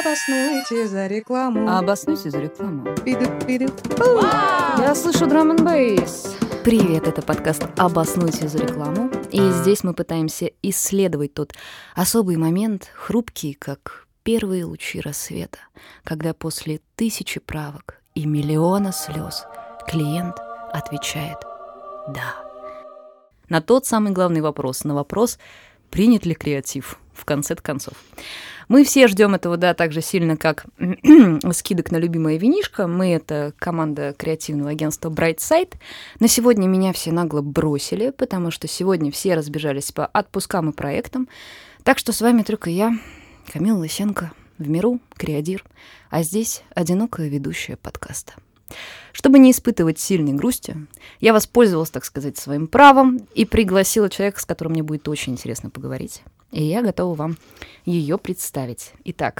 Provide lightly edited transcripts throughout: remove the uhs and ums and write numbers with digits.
Обоснуйте за рекламу. Обоснуйте за рекламу. Пиду-пиду. Я слышу драм н бейс. Привет, это подкаст «Обоснуйте за рекламу». И здесь мы пытаемся исследовать тот особый момент, хрупкий, как первые лучи рассвета, когда после 1000 правок и миллиона слез клиент отвечает «да». На тот самый главный вопрос, на вопрос, принят ли креатив в конце концов. Мы все ждем этого, да, так же сильно, как скидок на любимое винишко. Мы — это команда креативного агентства Brightside. На сегодня меня все нагло бросили, потому что сегодня все разбежались по отпускам и проектам. Так что с вами только я, Камила Лысенко, в миру креадир, а здесь одинокая ведущая подкаста. Чтобы не испытывать сильной грусти, я воспользовалась, так сказать, своим правом и пригласила человека, с которым мне будет очень интересно поговорить. И я готова вам ее представить. Итак,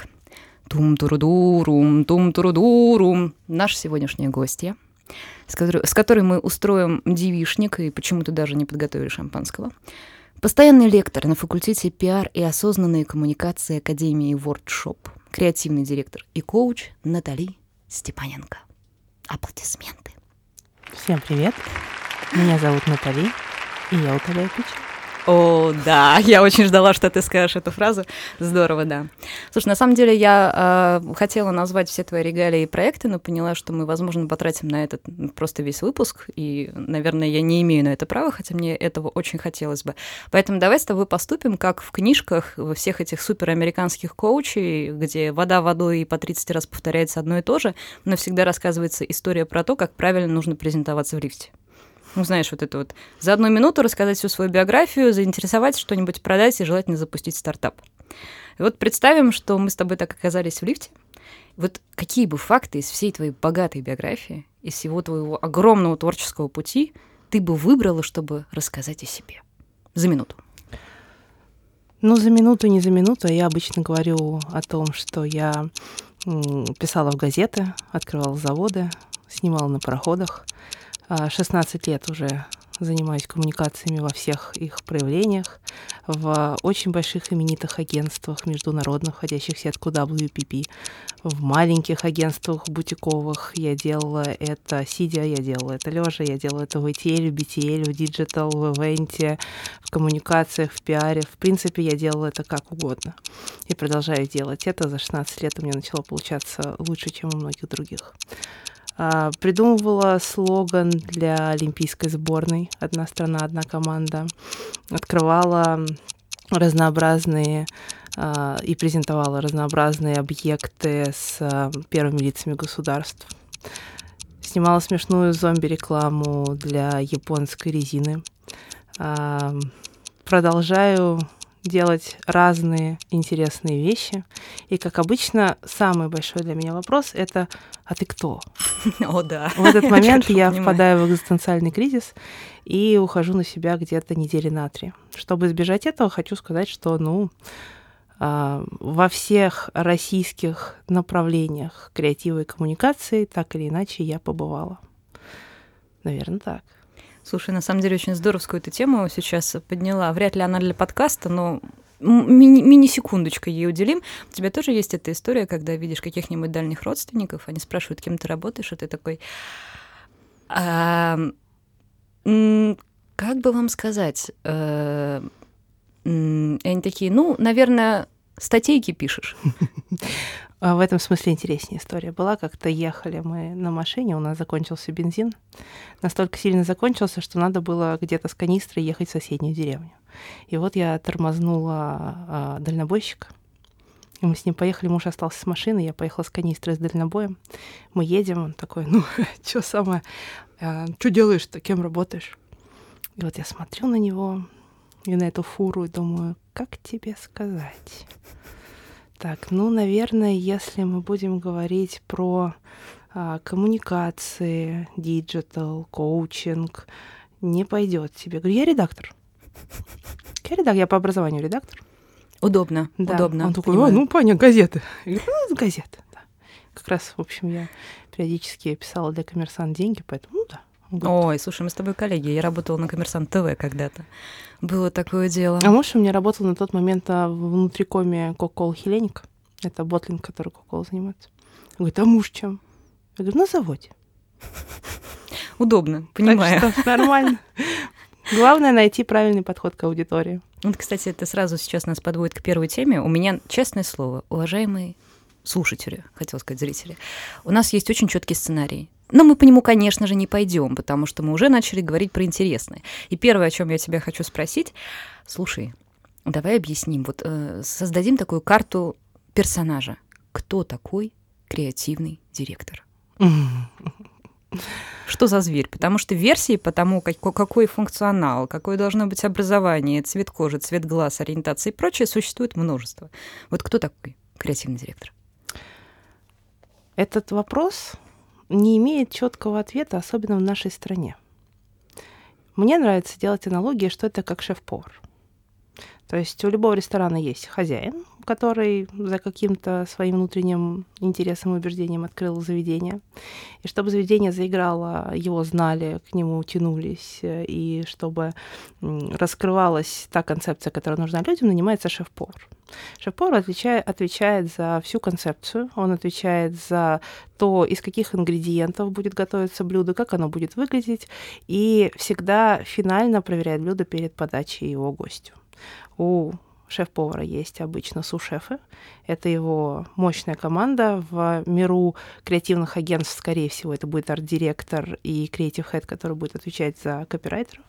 тум-турудурум, наша сегодняшняя гостья, с которой мы устроим девичник и почему-то даже не подготовили шампанского. Постоянный лектор на факультете пиар и осознанные коммуникации Академии WordShop, креативный директор и коуч Натали Степаненко. Аплодисменты. Всем привет. Меня зовут Натали, и я утоляю печь. О, да, я очень ждала, что ты скажешь эту фразу. Здорово, да. Слушай, на самом деле я хотела назвать все твои регалии и проекты, но поняла, что мы, возможно, потратим на этот просто весь выпуск, и, наверное, я не имею на это права, хотя мне этого очень хотелось бы. Поэтому давай с тобой поступим, как в книжках, во всех этих суперамериканских коучей, где вода водой и по 30 раз повторяется одно и то же, но всегда рассказывается история про то, как правильно нужно презентоваться в лифте. Ну, знаешь, вот это вот за 1 минуту рассказать всю свою биографию, заинтересовать, что-нибудь продать и желательно запустить стартап. И вот представим, что мы с тобой так оказались в лифте. Вот какие бы факты из всей твоей богатой биографии, из всего твоего огромного творческого пути ты бы выбрала, чтобы рассказать о себе? За минуту. Ну, за минуту, не за минуту. Я обычно говорю о том, что я писала в газеты, открывала заводы, снимала на пароходах. 16 лет уже занимаюсь коммуникациями во всех их проявлениях, в очень больших именитых агентствах международных, входящих в сетку WPP, в маленьких агентствах бутиковых. Я делала это сидя, я делала это лежа, я делала это в ETL, BTL, в Digital, в ивенте, в коммуникациях, в пиаре. В принципе, я делала это как угодно. И продолжаю делать это. За 16 лет у меня начало получаться лучше, чем у многих других. Придумывала слоган для олимпийской сборной «Одна страна, одна команда». Открывала разнообразные и презентовала разнообразные объекты с первыми лицами государств. Снимала смешную зомби-рекламу для японской резины. Продолжаю делать разные интересные вещи. И, как обычно, самый большой для меня вопрос — это «А ты кто?». О, да. В этот момент я впадаю в экзистенциальный кризис и ухожу на себя где-то недели на 3. Чтобы избежать этого, хочу сказать, что, во всех российских направлениях креатива и коммуникации так или иначе я побывала. Наверное, так. Слушай, на самом деле очень здоровскую эту тему сейчас подняла. Вряд ли она для подкаста, но мини-секундочку ей уделим. У тебя тоже есть эта история, когда видишь каких-нибудь дальних родственников, они спрашивают, кем ты работаешь, и ты такой... как бы вам сказать? И они такие, наверное, статейки пишешь. В этом смысле интереснее история была. Как-то ехали мы на машине, у нас закончился бензин. Настолько сильно закончился, что надо было где-то с канистрой ехать в соседнюю деревню. И вот я тормознула дальнобойщика. И мы с ним поехали, муж остался с машиной, я поехала с канистрой с дальнобоем. Мы едем, он такой, что самое, что делаешь-то, кем работаешь? И вот я смотрю на него и на эту фуру и думаю, как тебе сказать? Так, наверное, если мы будем говорить про коммуникации, диджитал, коучинг, не пойдет тебе. Говорю, я редактор. Я по образованию редактор. Удобно, да. удобно. Он такой, понятно, газеты. Я говорю, газеты, да. Как раз, в общем, я периодически писала для «Коммерсант» деньги, поэтому, да. Ой, слушай, мы с тобой коллеги. Я работала на «Коммерсант ТВ» когда-то. Было такое дело. А муж у меня работал на тот момент в внутрикоме Coca-Cola Hellenic. Это ботлинг, который Coca-Cola занимается. Он говорит, а муж чем? Я говорю, на заводе. Удобно, понимаю. Так что нормально. Главное найти правильный подход к аудитории. Вот, кстати, это сразу сейчас нас подводит к первой теме. У меня, честное слово, уважаемые слушатели, хотела сказать зрители, у нас есть очень четкий сценарий. Но мы по нему, конечно же, не пойдем, потому что мы уже начали говорить про интересное. И первое, о чем я тебя хочу спросить, слушай, давай объясним, вот создадим такую карту персонажа. Кто такой креативный директор? Что за зверь? Потому что версии по тому, какой функционал, какое должно быть образование, цвет кожи, цвет глаз, ориентация и прочее, существует множество. Вот кто такой креативный директор? Этот вопрос не имеет четкого ответа, особенно в нашей стране. Мне нравится делать аналогии, что это как шеф-повар. То есть у любого ресторана есть хозяин, который за каким-то своим внутренним интересом и убеждением открыл заведение. И чтобы заведение заиграло, его знали, к нему тянулись, и чтобы раскрывалась та концепция, которая нужна людям, нанимается шеф-повар. Шеф-повар отвечает за всю концепцию, он отвечает за то, из каких ингредиентов будет готовиться блюдо, как оно будет выглядеть, и всегда финально проверяет блюдо перед подачей его гостю. У шеф-повара есть обычно су-шефы. Это его мощная команда. В миру креативных агентств, скорее всего, это будет арт-директор и креатив-хед, который будет отвечать за копирайтеров,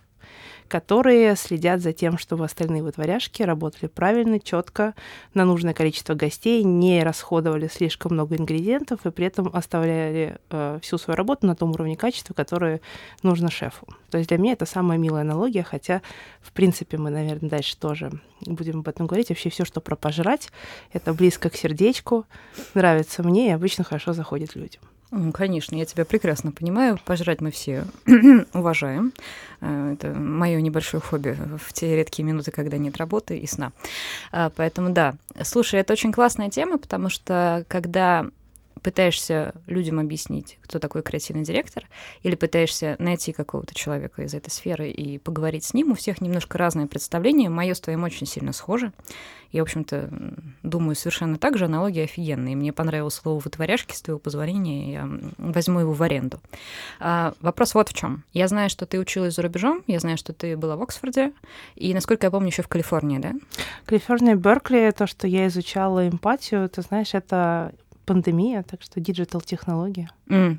которые следят за тем, чтобы остальные вытворяшки работали правильно, четко, на нужное количество гостей, не расходовали слишком много ингредиентов и при этом оставляли всю свою работу на том уровне качества, которое нужно шефу. То есть для меня это самая милая аналогия, хотя, в принципе, мы, наверное, дальше тоже будем об этом говорить. Вообще все, что про пожрать, это близко к сердечку, нравится мне и обычно хорошо заходит людям. Конечно, я тебя прекрасно понимаю. Пожрать мы все уважаем. Это мое небольшое хобби в те редкие минуты, когда нет работы и сна. Поэтому да. Слушай, это очень классная тема, потому что когда пытаешься людям объяснить, кто такой креативный директор, или пытаешься найти какого-то человека из этой сферы и поговорить с ним, у всех немножко разное представление. Моё с твоим очень сильно схоже. Я, в общем-то, думаю совершенно так же, аналогия офигенная. И мне понравилось слово «вытворяшки», с твоего позволения, я возьму его в аренду. Вопрос вот в чем. Я знаю, что ты училась за рубежом, я знаю, что ты была в Оксфорде, и, насколько я помню, еще в Калифорнии, да? Калифорния, Беркли, то, что я изучала эмпатию, ты знаешь, это пандемия, так что диджитал-технология.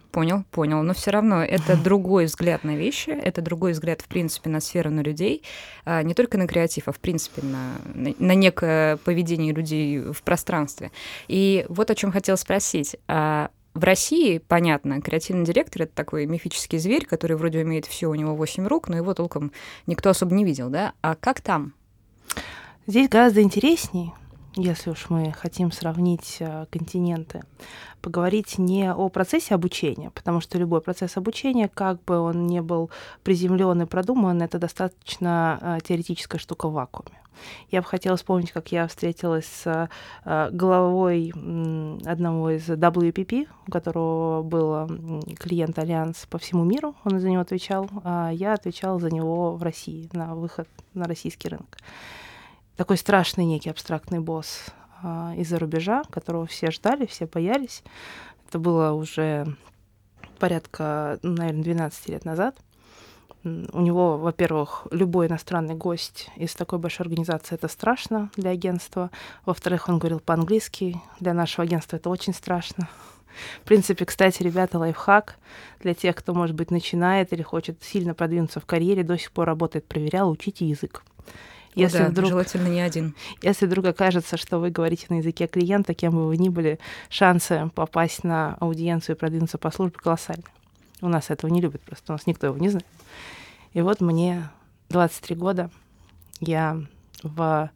Понял. Но все равно это другой взгляд на вещи, это другой взгляд, в принципе, на сферу, на людей, не только на креатив, а, в принципе, на некое поведение людей в пространстве. И вот о чем хотела спросить. В России, понятно, креативный директор — это такой мифический зверь, который вроде умеет все, у него 8 рук, но его толком никто особо не видел, да? А как там? Здесь гораздо интересней, если уж мы хотим сравнить континенты, поговорить не о процессе обучения, потому что любой процесс обучения, как бы он ни был приземлен и продуман, это достаточно теоретическая штука в вакууме. Я бы хотела вспомнить, как я встретилась с главой одного из WPP, у которого был клиент Альянс по всему миру, он за него отвечал, а я отвечала за него в России, на выход на российский рынок. Такой страшный некий абстрактный босс из-за рубежа, которого все ждали, все боялись. Это было уже порядка, наверное, 12 лет назад. У него, во-первых, любой иностранный гость из такой большой организации — это страшно для агентства. Во-вторых, он говорил по-английски. Для нашего агентства это очень страшно. В принципе, кстати, ребята, лайфхак для тех, кто, может быть, начинает или хочет сильно продвинуться в карьере, до сих пор работает, проверял, учите язык. Если вдруг, желательно не один. Если вдруг окажется, что вы говорите на языке клиента, кем бы вы ни были, шансы попасть на аудиенцию и продвинуться по службе колоссальны. У нас этого не любят просто, у нас никто его не знает. И вот мне 23 года, я в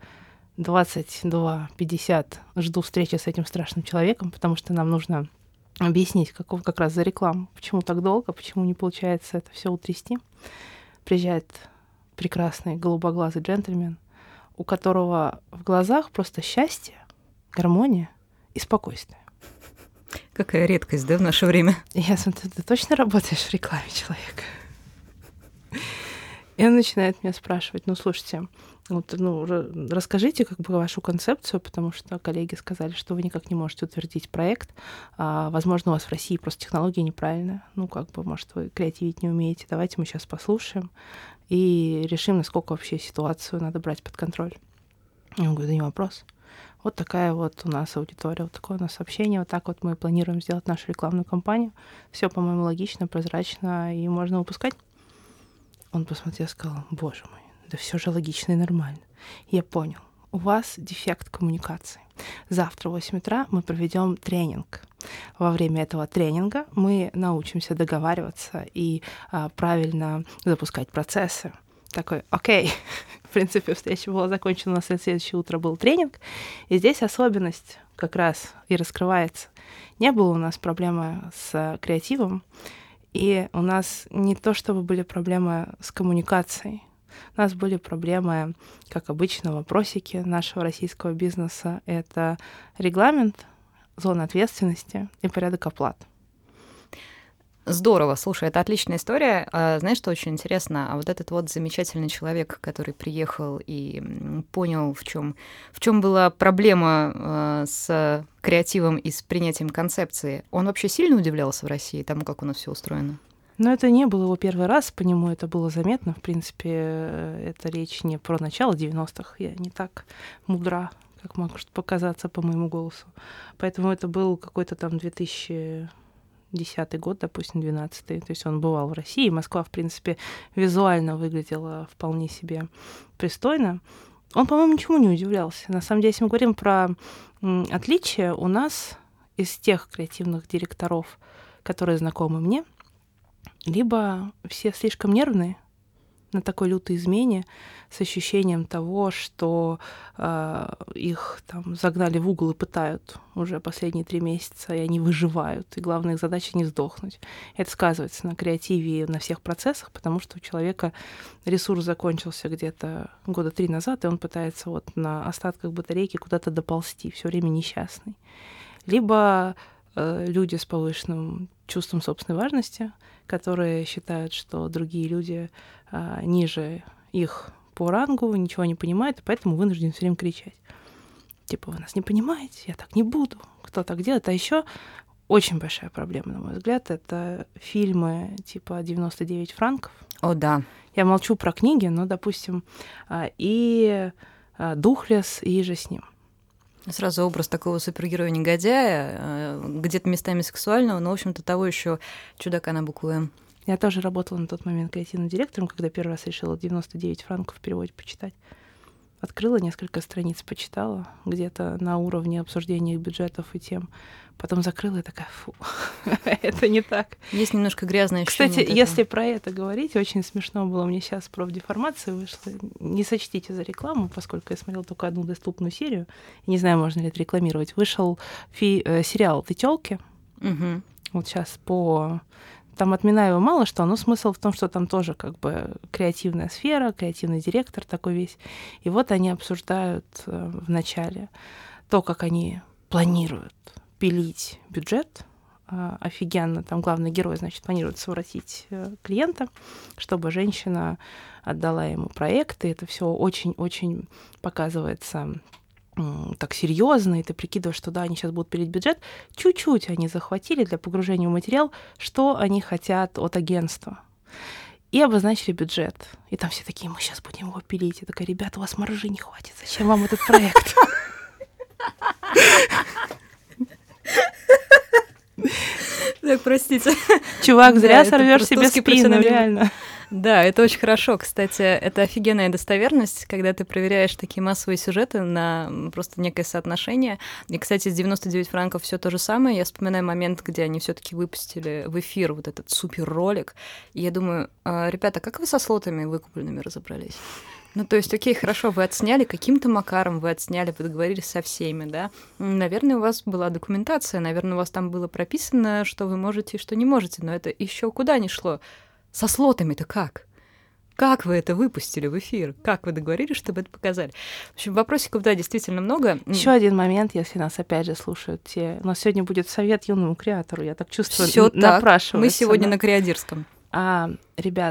22:50 жду встречи с этим страшным человеком, потому что нам нужно объяснить, как раз за рекламу, почему так долго, почему не получается это все утрясти. Приезжает прекрасный голубоглазый джентльмен, у которого в глазах просто счастье, гармония и спокойствие. Какая редкость, да, в наше время? Я смотрю, ты точно работаешь в рекламе, человек? И он начинает меня спрашивать, слушайте, расскажите вашу концепцию, потому что коллеги сказали, что вы никак не можете утвердить проект. Возможно, у вас в России просто технология неправильная. Может, вы креативить не умеете. Давайте мы сейчас послушаем и решим, насколько вообще ситуацию надо брать под контроль. Я говорю, да не вопрос. Вот такая вот у нас аудитория, вот такое у нас общение, вот так вот мы планируем сделать нашу рекламную кампанию. Все, по-моему, логично, прозрачно, и можно выпускать. Он посмотрел и сказал, боже мой, да все же логично и нормально. Я понял, у вас дефект коммуникации. Завтра в 8 утра мы проведем тренинг. Во время этого тренинга мы научимся договариваться и правильно запускать процессы. Такой, окей. В принципе, встреча была закончена, у нас на следующее утро был тренинг. И здесь особенность как раз и раскрывается. Не было у нас проблемы с креативом, и у нас не то чтобы были проблемы с коммуникацией. У нас были проблемы, как обычно, вопросики нашего российского бизнеса. Это регламент, зона ответственности и порядок оплат. Здорово, слушай, это отличная история. Знаешь, что очень интересно? А вот этот вот замечательный человек, который приехал и понял, в чем была проблема с креативом и с принятием концепции, он вообще сильно удивлялся в России тому, как у нас все устроено? Но это не был его первый раз, по нему это было заметно. В принципе, это речь не про начало 90-х. Я не так мудра, как может показаться по моему голосу. Поэтому это был какой-то там 2010 год, допустим, 12-й. То есть он бывал в России. Москва, в принципе, визуально выглядела вполне себе пристойно. Он, по-моему, ничему не удивлялся. На самом деле, если мы говорим про отличия, у нас из тех креативных директоров, которые знакомы мне, либо все слишком нервные на такой лютой измене, с ощущением того, что их там загнали в угол и пытают уже последние 3 месяца, и они выживают, и главная их задача не сдохнуть. Это сказывается на креативе и на всех процессах, потому что у человека ресурс закончился где-то 3 года назад, и он пытается вот на остатках батарейки куда-то доползти, все время несчастный. Либо люди с повышенным чувством собственной важности, которые считают, что другие люди ниже их по рангу, ничего не понимают, и поэтому вынуждены все время кричать. Типа, вы нас не понимаете, я так не буду. Кто так делает? А еще очень большая проблема, на мой взгляд, это фильмы типа «99 франков». О, да. Я молчу про книги, но, допустим, и «Духлесс», и же с ним. Сразу образ такого супергероя-негодяя, где-то местами сексуального, но, в общем-то, того еще чудака на букву «М». Я тоже работала на тот момент креативным директором, когда первый раз решила 99 франков в переводе почитать. Открыла несколько страниц, почитала, где-то на уровне обсуждения бюджетов и тем. Потом закрыла и такая, фу, это не так. Есть немножко грязное ощущение. Кстати, если про это говорить, очень смешно было. Мне сейчас профдеформация вышла. Не сочтите за рекламу, поскольку я смотрела только одну доступную серию. Не знаю, можно ли это рекламировать. Вышел сериал «Ты тёлки». Угу. Вот сейчас Там от Минаева мало что, но смысл в том, что там тоже как бы креативная сфера, креативный директор такой весь. И вот они обсуждают в начале то, как они планируют пилить бюджет. Офигенно. Там главный герой, значит, планирует совратить клиента, чтобы женщина отдала ему проект. И это все очень-очень показывается так серьезно, и ты прикидываешь, что да, они сейчас будут пилить бюджет. Чуть-чуть они захватили для погружения в материал, что они хотят от агентства. И обозначили бюджет. И там все такие, мы сейчас будем его пилить. Я такая, ребята, у вас маржи не хватит. Зачем вам этот проект? Так, простите. Чувак, зря сорвешь себе спину, реально. Да, это очень хорошо. Кстати, это офигенная достоверность, когда ты проверяешь такие массовые сюжеты на просто некое соотношение. И, кстати, с 99 франков все то же самое. Я вспоминаю момент, где они все-таки выпустили в эфир вот этот супер ролик. И я думаю, ребята, как вы со слотами выкупленными разобрались? Ну, то есть, окей, хорошо, вы отсняли каким-то макаром, вы договорились со всеми, да? Наверное, у вас была документация, наверное, у вас там было прописано, что вы можете и что не можете, но это еще куда ни шло. Со слотами-то как? Как вы это выпустили в эфир? Как вы договорились, чтобы это показали? В общем, вопросиков, да, действительно много. Еще один момент, если нас опять же слушают те. У нас сегодня будет совет юному креатору, я так чувствую, Всё напрашивается. Мы сегодня на Креадирском. Ребят,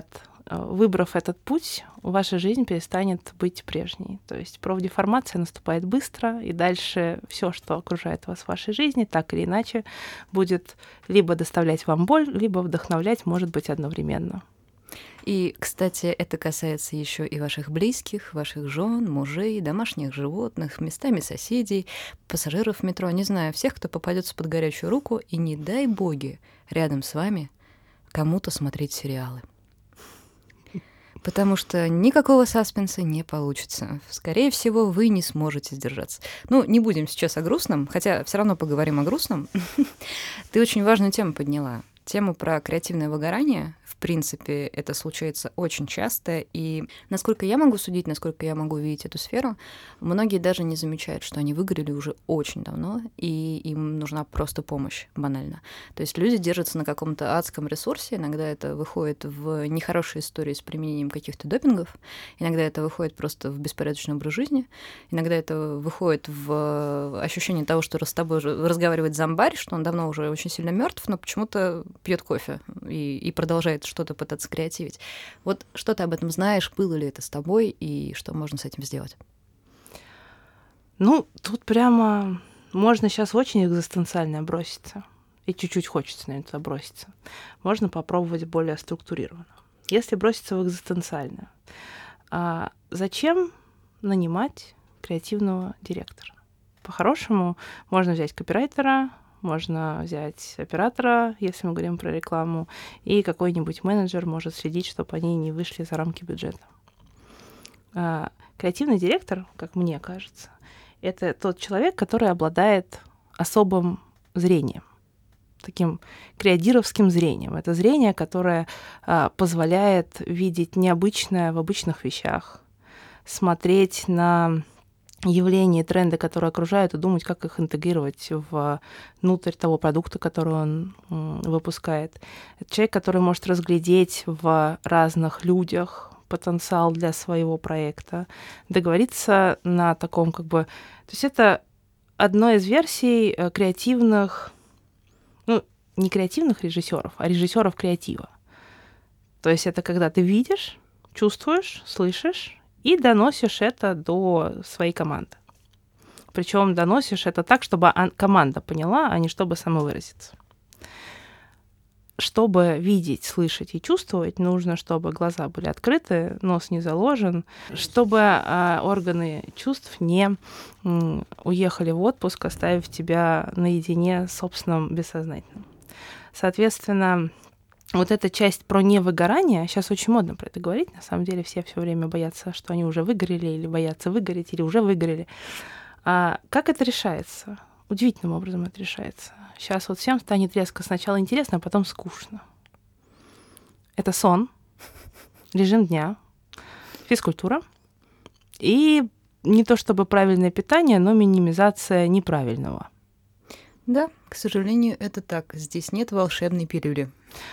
выбрав этот путь, ваша жизнь перестанет быть прежней. То есть профдеформация наступает быстро, и дальше все, что окружает вас в вашей жизни, так или иначе будет либо доставлять вам боль, либо вдохновлять, может быть, одновременно. И, кстати, это касается еще и ваших близких, ваших жен, мужей, домашних животных, местами соседей, пассажиров метро, не знаю, всех, кто попадется под горячую руку, и не дай боги рядом с вами кому-то смотреть сериалы. Потому что никакого саспенса не получится. Скорее всего, вы не сможете сдержаться. Ну, не будем сейчас о грустном, хотя все равно поговорим о грустном. Ты очень важную тему подняла. Тему про креативное выгорание. В принципе, это случается очень часто. И насколько я могу судить, насколько я могу видеть эту сферу, многие даже не замечают, что они выгорели уже очень давно, и им нужна просто помощь, банально. То есть люди держатся на каком-то адском ресурсе. Иногда это выходит в нехорошие истории с применением каких-то допингов. Иногда это выходит просто в беспорядочный образ жизни. Иногда это выходит в ощущение того, что с тобой разговаривает зомбарь, что он давно уже очень сильно мертв, но почему-то пьет кофе и продолжает что-то пытаться креативить. Вот что ты об этом знаешь, было ли это с тобой, и что можно с этим сделать? Ну, тут прямо можно сейчас очень экзистенциально броситься. И чуть-чуть хочется, наверное, туда броситься. Можно попробовать более структурированно. Если броситься в экзистенциальное, зачем нанимать креативного директора? По-хорошему, можно взять копирайтера, можно взять оператора, если мы говорим про рекламу, и какой-нибудь менеджер может следить, чтобы они не вышли за рамки бюджета. Креативный директор, как мне кажется, это тот человек, который обладает особым зрением, таким креативским зрением. Это зрение, которое позволяет видеть необычное в обычных вещах, смотреть на явления, тренды, которые окружают, и думать, как их интегрировать внутрь того продукта, который он выпускает. Это человек, который может разглядеть в разных людях потенциал для своего проекта, договориться на таком То есть это одна из версий креативных, не креативных режиссеров, а режиссеров креатива. То есть это когда ты видишь, чувствуешь, слышишь, и доносишь это до своей команды. Причем доносишь это так, чтобы команда поняла, а не чтобы самовыразиться. Чтобы видеть, слышать и чувствовать, нужно, чтобы глаза были открыты, нос не заложен, чтобы органы чувств не уехали в отпуск, оставив тебя наедине с собственным бессознательным. Соответственно, вот эта часть про невыгорание, сейчас очень модно про это говорить, на самом деле все время боятся, что они уже выгорели, или боятся выгореть, или уже выгорели. Как это решается? Удивительным образом это решается. Сейчас вот всем станет резко сначала интересно, а потом скучно. Это сон, режим дня, физкультура и не то чтобы правильное питание, но минимизация неправильного. Да, к сожалению, это так. Здесь нет волшебной пилюли.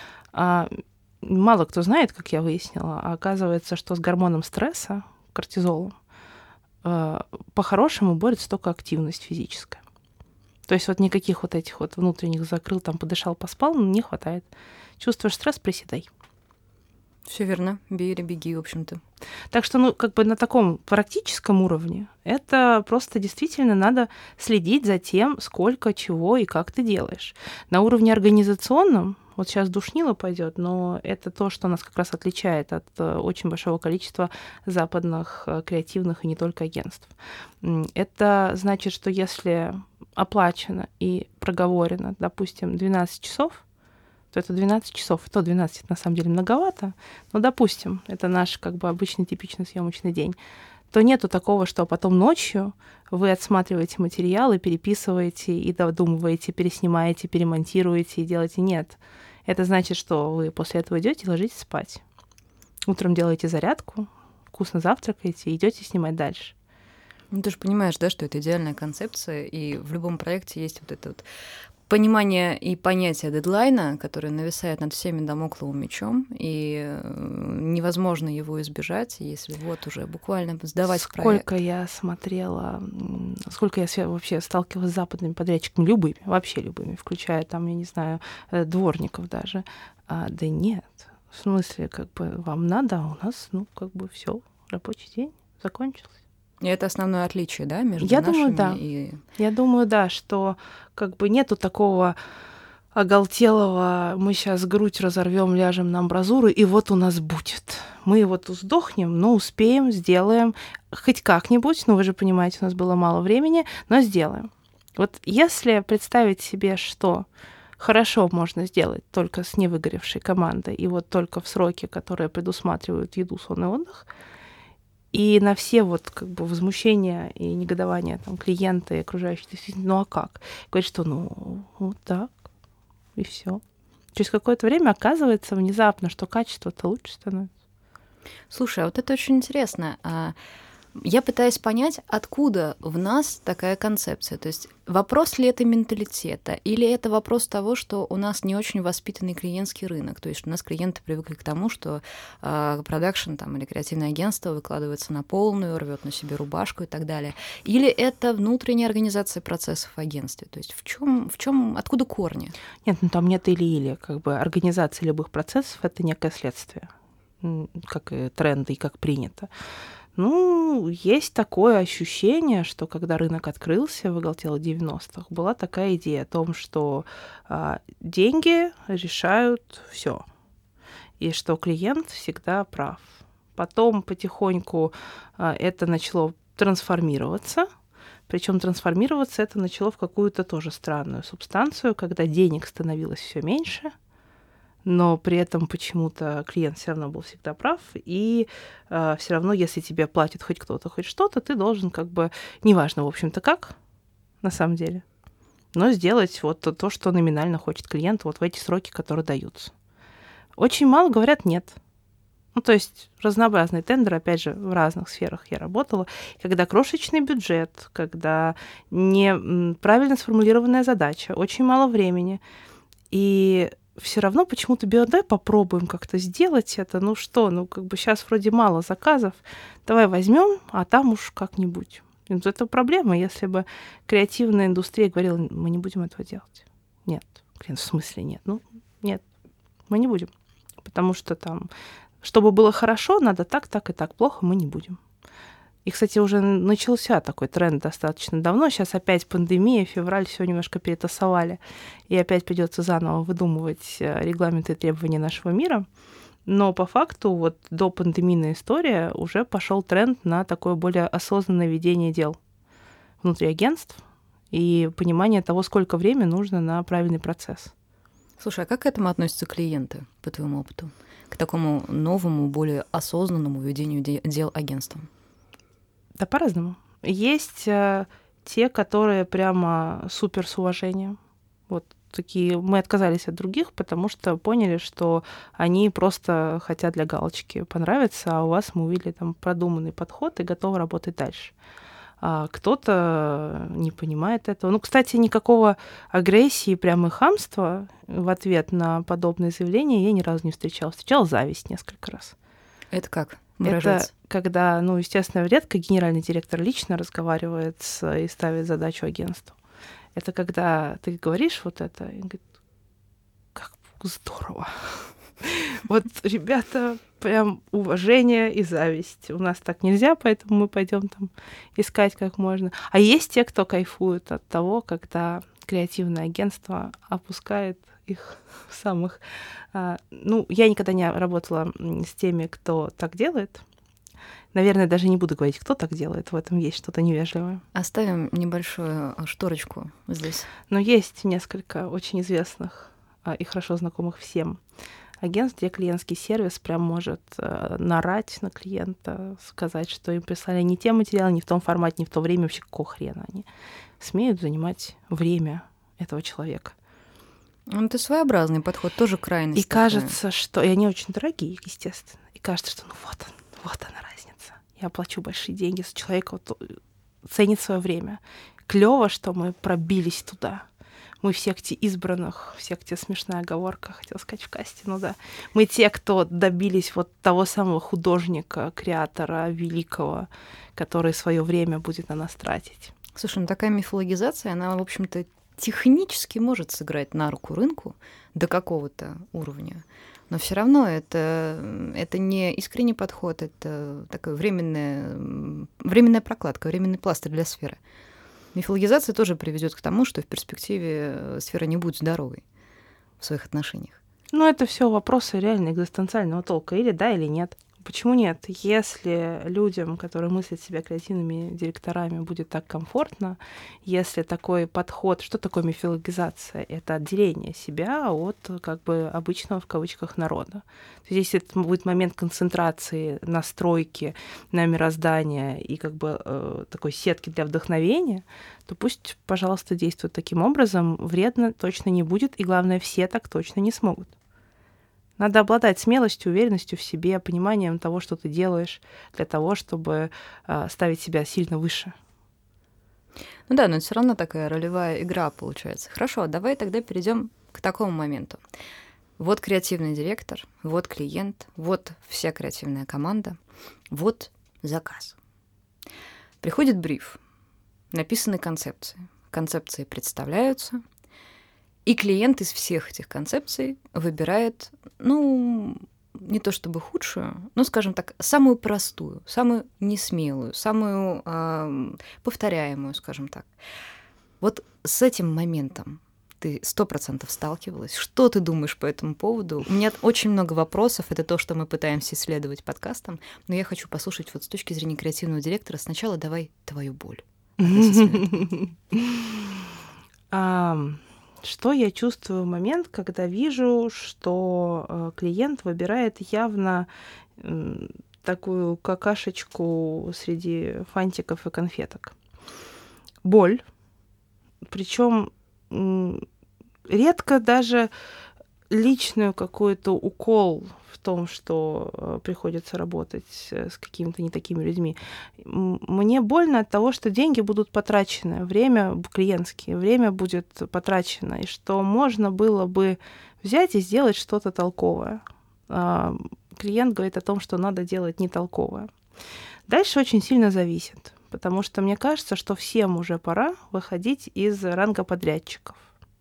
Мало кто знает, как я выяснила, а оказывается, что с гормоном стресса, кортизолом, по-хорошему борется только активность физическая. То есть вот никаких вот этих вот внутренних закрыл, там подышал, поспал, не хватает. Чувствуешь стресс, приседай. Все верно. Бей или беги, в общем-то. Так что, на таком практическом уровне это просто действительно надо следить за тем, сколько, чего и как ты делаешь. На уровне организационном, вот сейчас душнило пойдет, но это то, что нас как раз отличает от очень большого количества западных креативных и не только агентств. Это значит, что если оплачено и проговорено, допустим, 12 часов, то это 12 часов. И то 12 это на самом деле многовато, но, допустим, это наш обычный типичный съемочный день, то нету такого, что потом ночью вы отсматриваете материалы, переписываете и додумываете, переснимаете, перемонтируете и делаете. Нет. Это значит, что вы после этого идете и ложитесь спать. Утром делаете зарядку, вкусно завтракаете и идете снимать дальше. Ты же понимаешь, да, что это идеальная концепция, и в любом проекте есть вот это вот понимание и понятие дедлайна, которое нависает над всеми дамокловым мечом, и невозможно его избежать, если вот уже буквально сдавать проект. Сколько я смотрела, сколько я вообще сталкивалась с западными подрядчиками, любыми, вообще любыми, включая там, я не знаю, дворников даже. Да нет, В смысле, как бы вам надо, а у нас, как бы все, рабочий день закончился. И это основное отличие, да, между Я нашими думаю, да. и... Я думаю, да, что как бы нету такого оголтелого, мы сейчас грудь разорвем, ляжем на амбразуру, и вот у нас будет. Мы вот сдохнем, но успеем, сделаем хоть как-нибудь, вы же понимаете, у нас было мало времени, но сделаем. Вот если представить себе, что хорошо можно сделать только с невыгоревшей командой, и вот только в сроки, которые предусматривают еду, сон и отдых, и на все вот как бы возмущения и негодования там клиента и окружающих, а как? Говорит, что вот так, и все. Через какое-то время оказывается внезапно, что качество-то лучше становится. Слушай, а вот это очень интересно. Я пытаюсь понять, откуда в нас такая концепция. То есть вопрос ли это менталитета, или это вопрос того, что у нас не очень воспитанный клиентский рынок. То есть у нас клиенты привыкли к тому, что продакшн или креативное агентство выкладывается на полную, рвет на себе рубашку и так далее. Или это внутренняя организация процессов в агентстве. То есть в чем, откуда корни? Нет, там нет или. Как бы организация любых процессов — это некое следствие, как и тренды, и как принято. Есть такое ощущение, что когда рынок открылся в оголтелых 90-х, была такая идея о том, что деньги решают все, и что клиент всегда прав. Потом потихоньку это начало трансформироваться, причем трансформироваться это начало в какую-то тоже странную субстанцию, когда денег становилось все меньше, но при этом почему-то клиент все равно был всегда прав, и все равно, если тебе платит хоть кто-то, хоть что-то, ты должен как бы, неважно, в общем-то, как, на самом деле, но сделать вот то, что номинально хочет клиент вот в эти сроки, которые даются. Очень мало говорят «нет». То есть разнообразные тендеры, опять же, в разных сферах я работала, когда крошечный бюджет, когда неправильно сформулированная задача, очень мало времени, и все равно почему-то давай попробуем как-то сделать это. Как бы сейчас вроде мало заказов, давай возьмем, а там уж как-нибудь. Это проблема, если бы креативная индустрия говорила, мы не будем этого делать. Нет. В смысле нет? Нет, мы не будем. Потому что там, чтобы было хорошо, надо так и так. Плохо мы не будем. И, кстати, уже начался такой тренд достаточно давно. Сейчас опять пандемия, февраль, все немножко перетасовали. И опять придется заново выдумывать регламенты и требования нашего мира. Но по факту вот до пандемийная история уже пошел тренд на такое более осознанное ведение дел внутри агентств и понимание того, сколько времени нужно на правильный процесс. Слушай, а как к этому относятся клиенты, по твоему опыту? К такому новому, более осознанному ведению дел агентством? Да, по-разному. Есть те, которые прямо супер с уважением. Вот такие. Мы отказались от других, потому что поняли, что они просто хотят для галочки понравиться, а у вас мы увидели там продуманный подход и готовы работать дальше. А кто-то не понимает этого. Кстати, никакого агрессии, прямо хамства в ответ на подобные заявления я ни разу не встречала. Встречала зависть несколько раз. Это как выражается? Это когда, естественно, редко генеральный директор лично разговаривает и ставит задачу агентству. Это когда ты говоришь вот это, и говорит, как здорово. Вот, ребята, прям уважение и зависть. У нас так нельзя, поэтому мы пойдем там искать как можно. А есть те, кто кайфует от того, когда креативное агентство опускает их в самых... я никогда не работала с теми, кто так делает. Наверное, даже не буду говорить, кто так делает. В этом есть что-то невежливое. Оставим небольшую шторочку здесь. Но есть несколько очень известных и хорошо знакомых всем агентств, где клиентский сервис прям может нарать на клиента, сказать, что им прислали не те материалы, не в том формате, не в то время. Вообще, какого хрена они смеют занимать время этого человека? Это своеобразный подход, тоже крайность. И кажется, что... И они очень дорогие, естественно. И кажется, что вот она разница. Я плачу большие деньги за человека, ценит свое время. Клево, что мы пробились туда. Мы всех те избранных, всех те смешная оговорка, хотела сказать в касте, да. Мы те, кто добились вот того самого художника, креатора великого, который свое время будет на нас тратить. Слушай, такая мифологизация, она, в общем-то, технически может сыграть на руку рынку до какого-то уровня, но все равно это не искренний подход, это такая временная прокладка, временный пластырь для сферы. Мифологизация тоже приведет к тому, что в перспективе сфера не будет здоровой в своих отношениях. Ну, это все вопросы реально экзистенциального толка. Или да, или нет. Почему нет? Если людям, которые мыслят себя креативными директорами, будет так комфортно, если такой подход... Что такое мифологизация? Это отделение себя от как бы обычного, в кавычках, народа. То есть если это будет момент концентрации, настройки на мироздание и как бы такой сетки для вдохновения, то пусть, пожалуйста, действует таким образом. Вредно точно не будет, и главное, все так точно не смогут. Надо обладать смелостью, уверенностью в себе, пониманием того, что ты делаешь, для того, чтобы ставить себя сильно выше. Ну да, но это все равно такая ролевая игра получается. Хорошо, давай тогда перейдем к такому моменту. Вот креативный директор, вот клиент, вот вся креативная команда, вот заказ. Приходит бриф, написаны концепции. Концепции представляются, и клиент из всех этих концепций выбирает, ну, не то чтобы худшую, но, скажем так, самую простую, самую несмелую, самую повторяемую, скажем так. Вот с этим моментом ты 100% сталкивалась. Что ты думаешь по этому поводу? У меня очень много вопросов. Это то, что мы пытаемся исследовать подкастом. Но я хочу послушать вот с точки зрения креативного директора. Сначала давай твою боль. Что я чувствую в момент, когда вижу, что клиент выбирает явно такую какашечку среди фантиков и конфеток? Боль. Причем редко даже личную какой-то укол в том, что приходится работать с какими-то не такими людьми. Мне больно от того, что деньги будут потрачены, время клиентское, время будет потрачено, и что можно было бы взять и сделать что-то толковое. Клиент говорит о том, что надо делать не толковое. Дальше очень сильно зависит, потому что мне кажется, что всем уже пора выходить из ранга подрядчиков.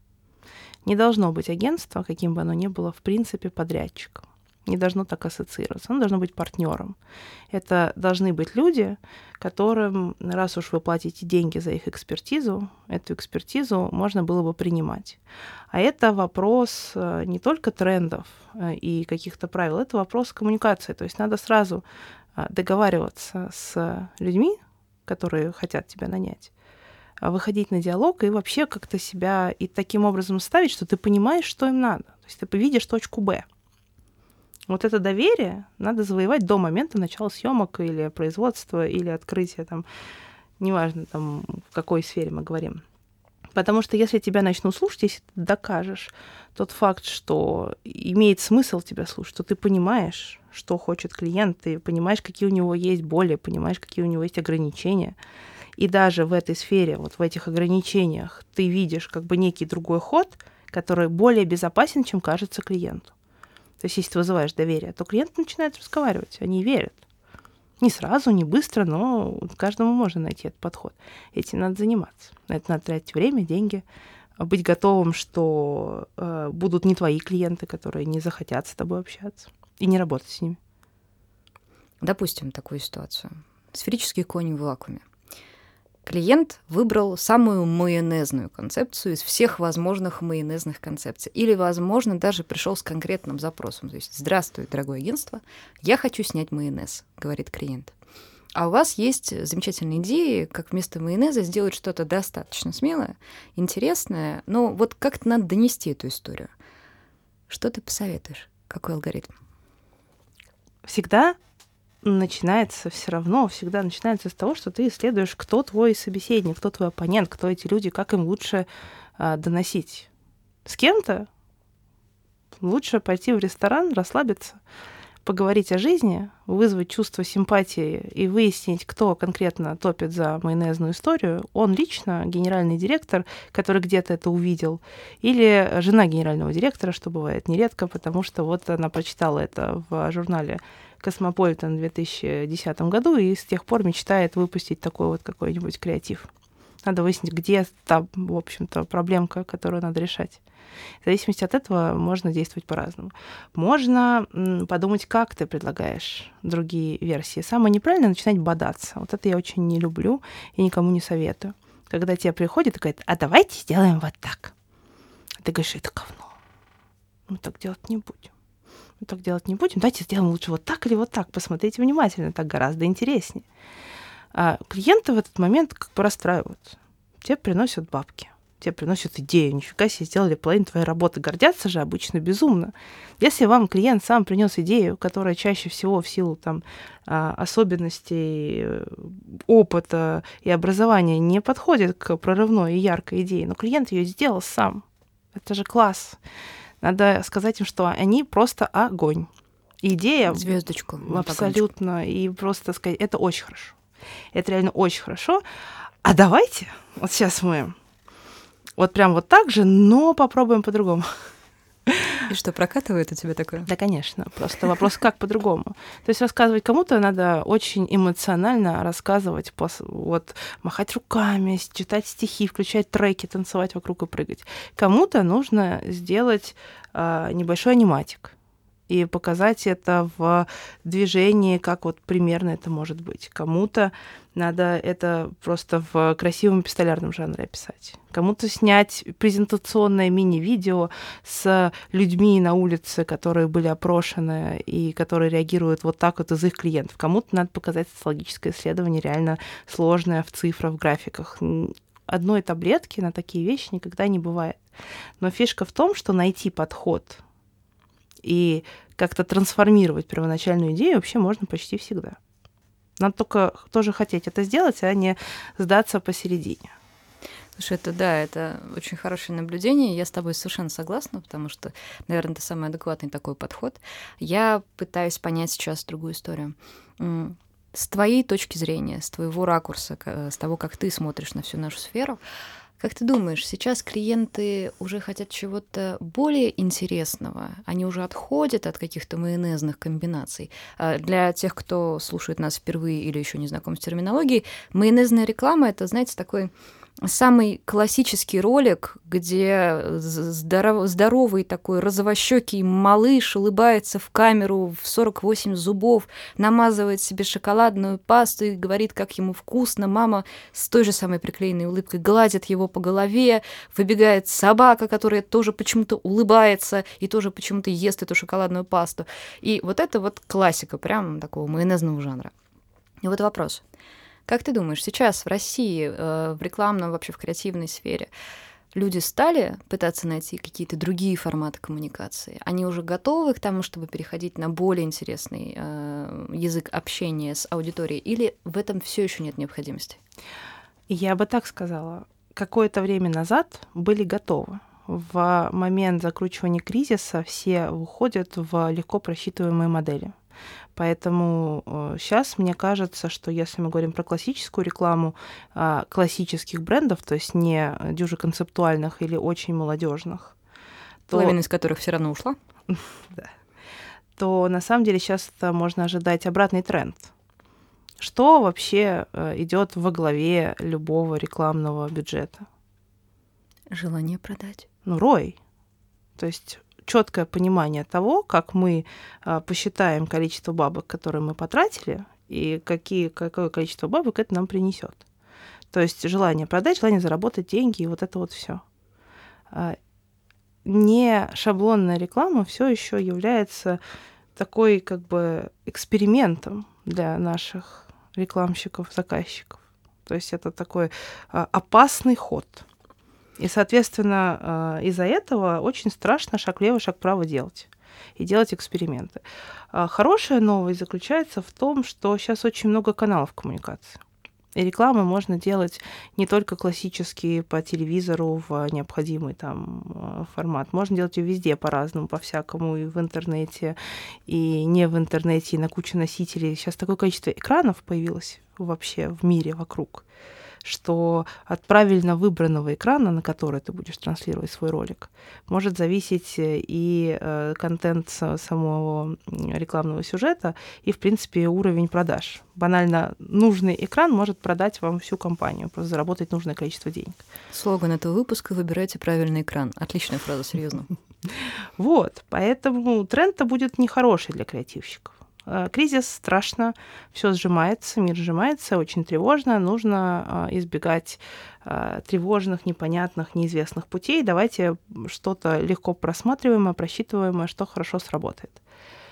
Не должно быть агентство, каким бы оно ни было, в принципе, подрядчиком. Не должно так ассоциироваться. Оно должно быть партнером. Это должны быть люди, которым, раз уж вы платите деньги за их экспертизу, эту экспертизу можно было бы принимать. А это вопрос не только трендов и каких-то правил, это вопрос коммуникации. То есть надо сразу договариваться с людьми, которые хотят тебя нанять, выходить на диалог и вообще как-то себя и таким образом ставить, что ты понимаешь, что им надо. То есть ты видишь точку Б. Вот это доверие надо завоевать до момента начала съемок или производства, или открытия, там, неважно, там, в какой сфере мы говорим. Потому что если тебя начнут слушать, если ты докажешь тот факт, что имеет смысл тебя слушать, что ты понимаешь, что хочет клиент, ты понимаешь, какие у него есть боли, понимаешь, какие у него есть ограничения, и даже в этой сфере, вот в этих ограничениях, ты видишь как бы некий другой ход, который более безопасен, чем кажется клиенту. То есть если ты вызываешь доверие, то клиент начинает разговаривать, они верят. Не сразу, не быстро, но каждому можно найти этот подход. Этим надо заниматься. На это надо тратить время, деньги, быть готовым, что будут не твои клиенты, которые не захотят с тобой общаться, и не работать с ними. Допустим такую ситуацию. Сферический конь в вакууме. Клиент выбрал самую майонезную концепцию из всех возможных майонезных концепций. Или, возможно, даже пришел с конкретным запросом. То есть: «Здравствуй, дорогое агентство, я хочу снять майонез», — говорит клиент. А у вас есть замечательные идеи, как вместо майонеза сделать что-то достаточно смелое, интересное, но вот как-то надо донести эту историю. Что ты посоветуешь? Какой алгоритм? Всегда начинается с того, что ты исследуешь, кто твой собеседник, кто твой оппонент, кто эти люди, как им лучше доносить. С кем-то лучше пойти в ресторан, расслабиться, поговорить о жизни, вызвать чувство симпатии и выяснить, кто конкретно топит за майонезную историю. Он лично, генеральный директор, который где-то это увидел, или жена генерального директора, что бывает нередко, потому что вот она прочитала это в журнале «Космополитен» в 2010 году и с тех пор мечтает выпустить такой вот какой-нибудь креатив. Надо выяснить, где та, в общем-то, проблемка, которую надо решать. В зависимости от этого можно действовать по-разному. Можно подумать, как ты предлагаешь другие версии. Самое неправильное — начинать бодаться. Вот это я очень не люблю и никому не советую. Когда тебе приходит и говорит: а давайте сделаем вот так. А ты говоришь: это говно. Мы так делать не будем. Мы так делать не будем. Давайте сделаем лучше вот так или вот так. Посмотрите внимательно, так гораздо интереснее. А клиенты в этот момент как бы расстраиваются. Тебе приносят бабки. Тебе приносят идею. Нифига себе, сделали половину твоей работы. Гордятся же обычно безумно. Если вам клиент сам принес идею, которая чаще всего в силу там особенностей опыта и образования не подходит к прорывной и яркой идее, но клиент ее сделал сам. Это же класс. Надо сказать им, что они просто огонь. Идея Звездочку. Абсолютно. И просто сказать: это очень хорошо. Это реально очень хорошо. А давайте вот сейчас мы вот прям вот так же, но попробуем по-другому. И что, прокатывает у тебя такое? Да, конечно. Просто вопрос, как по-другому. То есть рассказывать кому-то надо очень эмоционально рассказывать, вот махать руками, читать стихи, включать треки, танцевать вокруг и прыгать. Кому-то нужно сделать небольшой аниматик и показать это в движении, как вот примерно это может быть. Кому-то надо это просто в красивом эпистолярном жанре описать. Кому-то снять презентационное мини-видео с людьми на улице, которые были опрошены и которые реагируют вот так вот из их клиентов. Кому-то надо показать социологическое исследование, реально сложное в цифрах, в графиках. Одной таблетки на такие вещи никогда не бывает. Но фишка в том, что найти подход и как-то трансформировать первоначальную идею вообще можно почти всегда. Надо только тоже хотеть это сделать, а не сдаться посередине. Слушай, это очень хорошее наблюдение. Я с тобой совершенно согласна, потому что, наверное, это самый адекватный такой подход. Я пытаюсь понять сейчас другую историю. С твоей точки зрения, с твоего ракурса, с того, как ты смотришь на всю нашу сферу, как ты думаешь, сейчас клиенты уже хотят чего-то более интересного? Они уже отходят от каких-то майонезных комбинаций? Для тех, кто слушает нас впервые или еще не знаком с терминологией, майонезная реклама — это, знаете, такой самый классический ролик, где здоровый такой розовощёкий малыш улыбается в камеру в 48 зубов, намазывает себе шоколадную пасту и говорит, как ему вкусно. Мама с той же самой приклеенной улыбкой гладит его по голове. Выбегает собака, которая тоже почему-то улыбается и тоже почему-то ест эту шоколадную пасту. И вот это вот классика прям такого майонезного жанра. И вот вопрос. Как ты думаешь, сейчас в России, в рекламном, вообще в креативной сфере, люди стали пытаться найти какие-то другие форматы коммуникации? Они уже готовы к тому, чтобы переходить на более интересный язык общения с аудиторией? Или в этом все еще нет необходимости? Я бы так сказала. Какое-то время назад были готовы. В момент закручивания кризиса все уходят в легко просчитываемые модели. Поэтому сейчас мне кажется, что если мы говорим про классическую рекламу классических брендов, то есть не дюже концептуальных или очень молодежных, половина из которых все равно ушла, да, то на самом деле сейчас можно ожидать обратный тренд. Что вообще идет во главе любого рекламного бюджета? Желание продать. ROI. То есть четкое понимание того, как мы посчитаем количество бабок, которые мы потратили, и какое количество бабок это нам принесет. То есть желание продать, желание заработать деньги, и вот это вот все. Не шаблонная реклама все еще является такой как бы экспериментом для наших рекламщиков, заказчиков. То есть это такой опасный ход. И, соответственно, из-за этого очень страшно шаг влево, шаг вправо делать. И делать эксперименты. Хорошая новость заключается в том, что сейчас очень много каналов коммуникации. И рекламу можно делать не только классически по телевизору в необходимый там формат. Можно делать ее везде по-разному, по-всякому, и в интернете, и не в интернете, и на куче носителей. Сейчас такое количество экранов появилось вообще в мире вокруг, что от правильно выбранного экрана, на который ты будешь транслировать свой ролик, может зависеть и контент самого рекламного сюжета, и, в принципе, уровень продаж. Банально, нужный экран может продать вам всю компанию, просто заработать нужное количество денег. Слоган этого выпуска «Выбирайте правильный экран». Отличная фраза, серьезно. Вот, поэтому тренд-то будет нехороший для креативщиков. Кризис, страшно, все сжимается, мир сжимается, очень тревожно, нужно избегать тревожных, непонятных, неизвестных путей. Давайте что-то легко просматриваемое, просчитываемое, что хорошо сработает.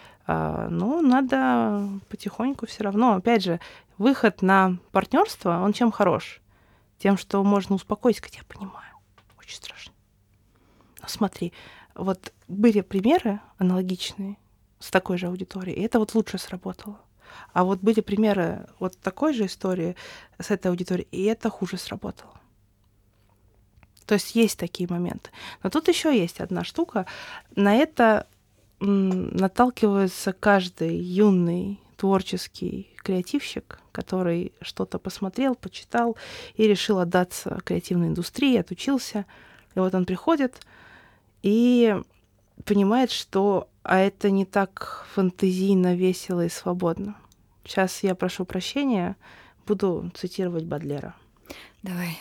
Но надо потихоньку все равно. Опять же, выход на партнерство, он чем хорош? Тем, что можно успокоить, сказать, я понимаю, очень страшно. Но смотри, вот были примеры аналогичные с такой же аудиторией, и это вот лучше сработало. А вот были примеры вот такой же истории с этой аудиторией, и это хуже сработало. То есть есть такие моменты. Но тут еще есть одна штука. На это наталкивается каждый юный творческий креативщик, который что-то посмотрел, почитал и решил отдаться креативной индустрии, отучился. И вот он приходит и понимает, что это не так фантазийно, весело и свободно. Сейчас я прошу прощения, буду цитировать Бодлера. Давай.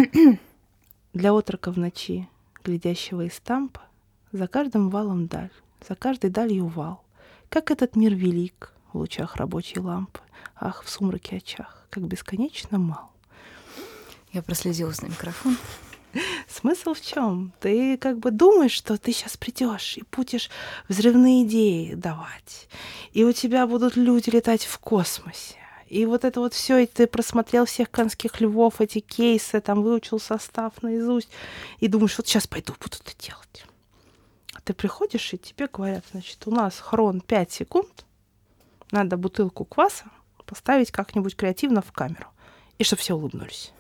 Для отрока в ночи, глядящего из тампа, за каждым валом даль, за каждой далью вал. Как этот мир велик в лучах рабочей лампы, ах, в сумраке очах, как бесконечно мал. Я прослезилась на микрофон. Смысл в чем? Ты как бы думаешь, что ты сейчас придешь и будешь взрывные идеи давать, и у тебя будут люди летать в космосе. И вот это вот все, и ты просмотрел всех канских львов, эти кейсы, там выучил состав наизусть, и думаешь, вот сейчас пойду, буду это делать. А ты приходишь, и тебе говорят, значит, у нас хрон 5 секунд, надо бутылку кваса поставить как-нибудь креативно в камеру, и чтобы все улыбнулись.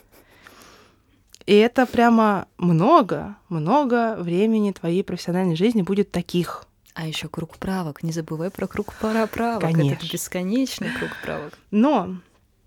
И это прямо много времени твоей профессиональной жизни будет таких. А еще круг правок. Не забывай про круг правок. Конечно. Это бесконечный круг правок. Но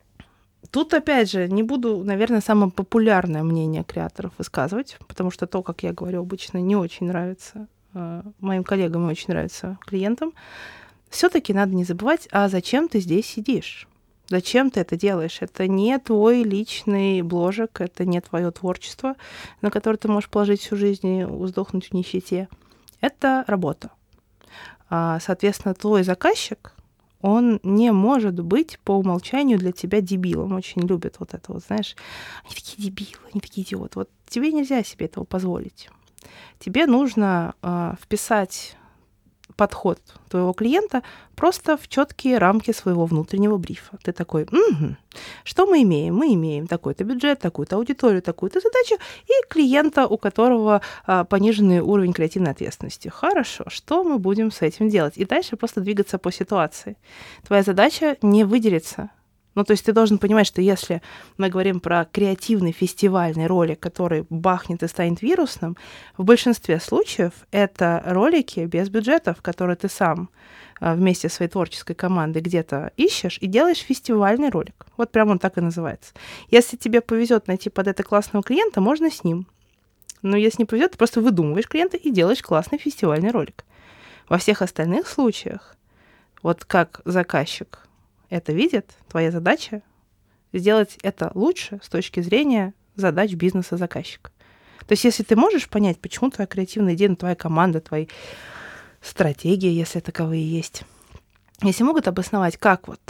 тут, опять же, не буду, наверное, самое популярное мнение креаторов высказывать, потому что то, как я говорю, обычно не очень нравится моим коллегам и очень нравится клиентам. Все-таки надо не забывать, а зачем ты здесь сидишь? Зачем ты это делаешь? Это не твой личный бложек, это не твое творчество, на которое ты можешь положить всю жизнь и сдохнуть в нищете. Это работа. Соответственно, твой заказчик, он не может быть по умолчанию для тебя дебилом. Очень любят вот это вот, знаешь, они такие дебилы, они такие идиоты. Вот тебе нельзя себе этого позволить. Тебе нужно вписать подход твоего клиента просто в четкие рамки своего внутреннего брифа. Ты такой, что мы имеем? Мы имеем такой-то бюджет, такую-то аудиторию, такую-то задачу и клиента, у которого пониженный уровень креативной ответственности. Хорошо, что мы будем с этим делать? И дальше просто двигаться по ситуации. Твоя задача не выделиться. Ну, то есть ты должен понимать, что если мы говорим про креативный фестивальный ролик, который бахнет и станет вирусным, в большинстве случаев это ролики без бюджетов, которые ты сам вместе со своей творческой командой где-то ищешь и делаешь фестивальный ролик. Вот прямо он так и называется. Если тебе повезет найти под это классного клиента, можно с ним. Но если не повезет, ты просто выдумываешь клиента и делаешь классный фестивальный ролик. Во всех остальных случаях, вот как заказчик это видит, твоя задача сделать это лучше с точки зрения задач бизнеса заказчика. То есть если ты можешь понять, почему твоя креативная идея, твоя команда, твои стратегии, если таковые есть, если могут обосновать, как вот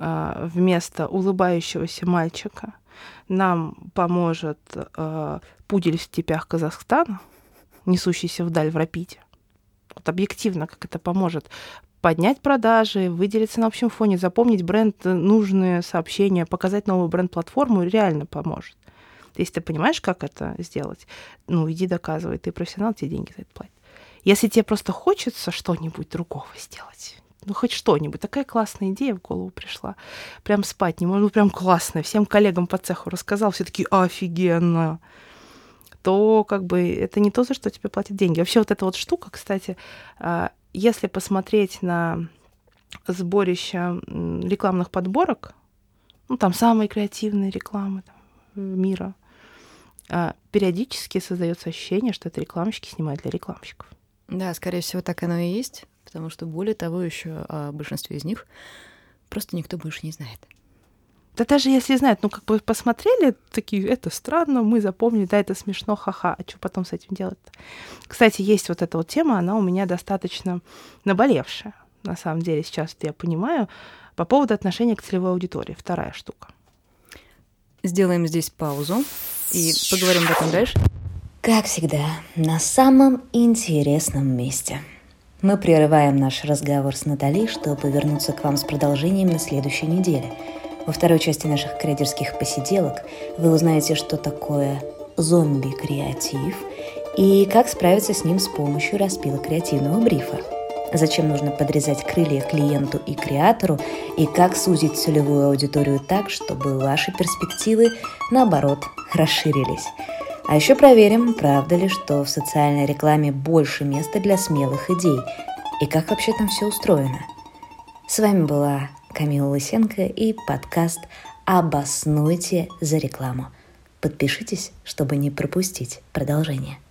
вместо улыбающегося мальчика нам поможет пудель в степях Казахстана, несущийся вдаль в рапиде, вот объективно, как это поможет поднять продажи, выделиться на общем фоне, запомнить бренд, нужные сообщения, показать новую бренд-платформу реально поможет. Если ты понимаешь, как это сделать, ну, иди доказывай, ты профессионал, тебе деньги за это платят. Если тебе просто хочется что-нибудь другого сделать, ну, хоть что-нибудь, такая классная идея в голову пришла, прям спать не могу, ну, прям классная, всем коллегам по цеху рассказал, все такие офигенно, то как бы это не то, за что тебе платят деньги. Вообще вот эта вот штука, кстати, если посмотреть на сборище рекламных подборок, ну, там самые креативные рекламы, там, мира, периодически создается ощущение, что это рекламщики снимают для рекламщиков. Да, скорее всего, так оно и есть, потому что более того, еще о большинстве из них просто никто больше не знает. Да даже если знают, посмотрели, такие, это странно, мы запомнили, да, это смешно, ха-ха, а что потом с этим делать-то? Кстати, есть вот эта вот тема, она у меня достаточно наболевшая, на самом деле, сейчас я понимаю, по поводу отношения к целевой аудитории. Вторая штука. Сделаем здесь паузу и поговорим об этом дальше. Как всегда, на самом интересном месте. Мы прерываем наш разговор с Натали, чтобы вернуться к вам с продолжением на следующей неделе. Во второй части наших креаторских посиделок вы узнаете, что такое зомби-креатив и как справиться с ним с помощью распила креативного брифа. Зачем нужно подрезать крылья клиенту и креатору, и как сузить целевую аудиторию так, чтобы ваши перспективы, наоборот, расширились. А еще проверим, правда ли, что в социальной рекламе больше места для смелых идей, и как вообще там все устроено. С вами была Камила Лысенко и подкаст «Обоснуйте за рекламу». Подпишитесь, чтобы не пропустить продолжение.